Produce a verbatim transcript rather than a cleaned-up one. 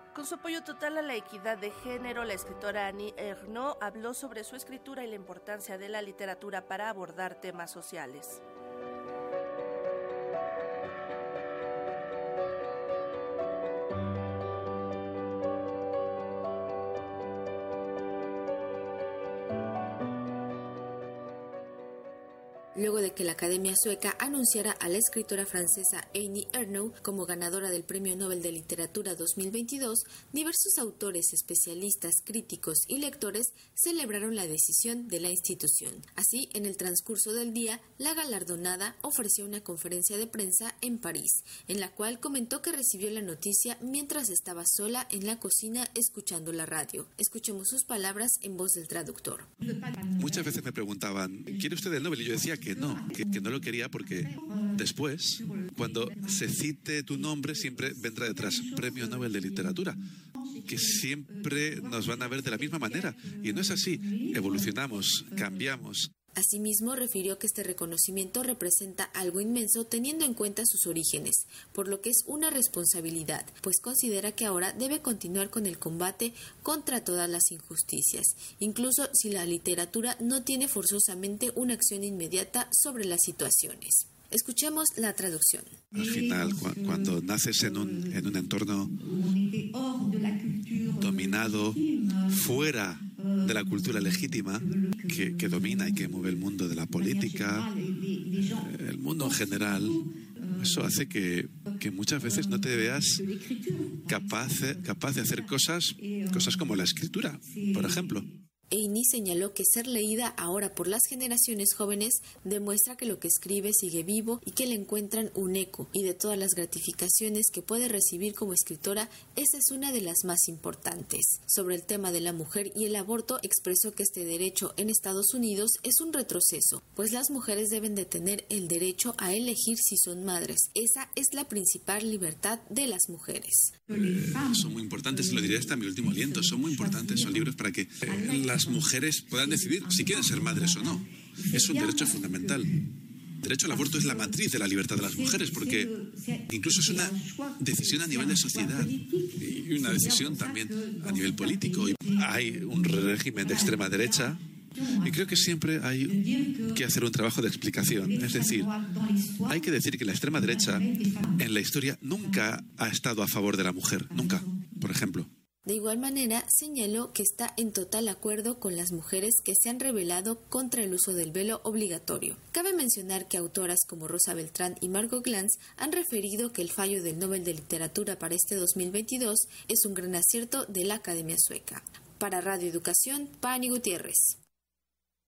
Con su apoyo total a la equidad de género, la escritora Annie Ernaux habló sobre su escritura y la importancia de la literatura para abordar temas sociales. Luego de que la Academia Sueca anunciara a la escritora francesa Annie Ernaux como ganadora del Premio Nobel de Literatura dos mil veintidós, diversos autores, especialistas, críticos y lectores celebraron la decisión de la institución. Así, en el transcurso del día, la galardonada ofreció una conferencia de prensa en París, en la cual comentó que recibió la noticia mientras estaba sola en la cocina escuchando la radio. Escuchemos sus palabras en voz del traductor. Muchas veces me preguntaban, ¿quiere usted el Nobel? Y yo decía que no, que, que no lo quería porque después, cuando se cite tu nombre, siempre vendrá detrás Premio Nobel de Literatura, que siempre nos van a ver de la misma manera. Y no es así, evolucionamos, cambiamos. Asimismo, refirió que este reconocimiento representa algo inmenso teniendo en cuenta sus orígenes, por lo que es una responsabilidad, pues considera que ahora debe continuar con el combate contra todas las injusticias, incluso si la literatura no tiene forzosamente una acción inmediata sobre las situaciones. Escuchemos la traducción. Al final, cu cuando naces en un, en un entorno dominado, fuera de la cultura legítima que, que domina y que mueve el mundo de la política, el mundo en general, eso hace que, que muchas veces no te veas capaz, capaz de hacer cosas, cosas como la escritura, por ejemplo. Annie señaló que ser leída ahora por las generaciones jóvenes demuestra que lo que escribe sigue vivo y que le encuentran un eco, y de todas las gratificaciones que puede recibir como escritora, esa es una de las más importantes. Sobre el tema de la mujer y el aborto, expresó que este derecho en Estados Unidos es un retroceso, pues las mujeres deben de tener el derecho a elegir si son madres. Esa es la principal libertad de las mujeres. Eh, son muy importantes, y lo diré hasta mi último aliento, son muy importantes, son libros para que eh, las mujeres puedan decidir si quieren ser madres o no. Es un derecho fundamental. El derecho al aborto es la matriz de la libertad de las mujeres, porque incluso es una decisión a nivel de sociedad y una decisión también a nivel político. Hay un régimen de extrema derecha y creo que siempre hay que hacer un trabajo de explicación. Es decir, hay que decir que la extrema derecha en la historia nunca ha estado a favor de la mujer, nunca, por ejemplo. De igual manera, señaló que está en total acuerdo con las mujeres que se han rebelado contra el uso del velo obligatorio. Cabe mencionar que autoras como Rosa Beltrán y Margot Glantz han referido que el fallo del Nobel de Literatura para este dos mil veintidós es un gran acierto de la Academia Sueca. Para Radio Educación, Pani Gutiérrez.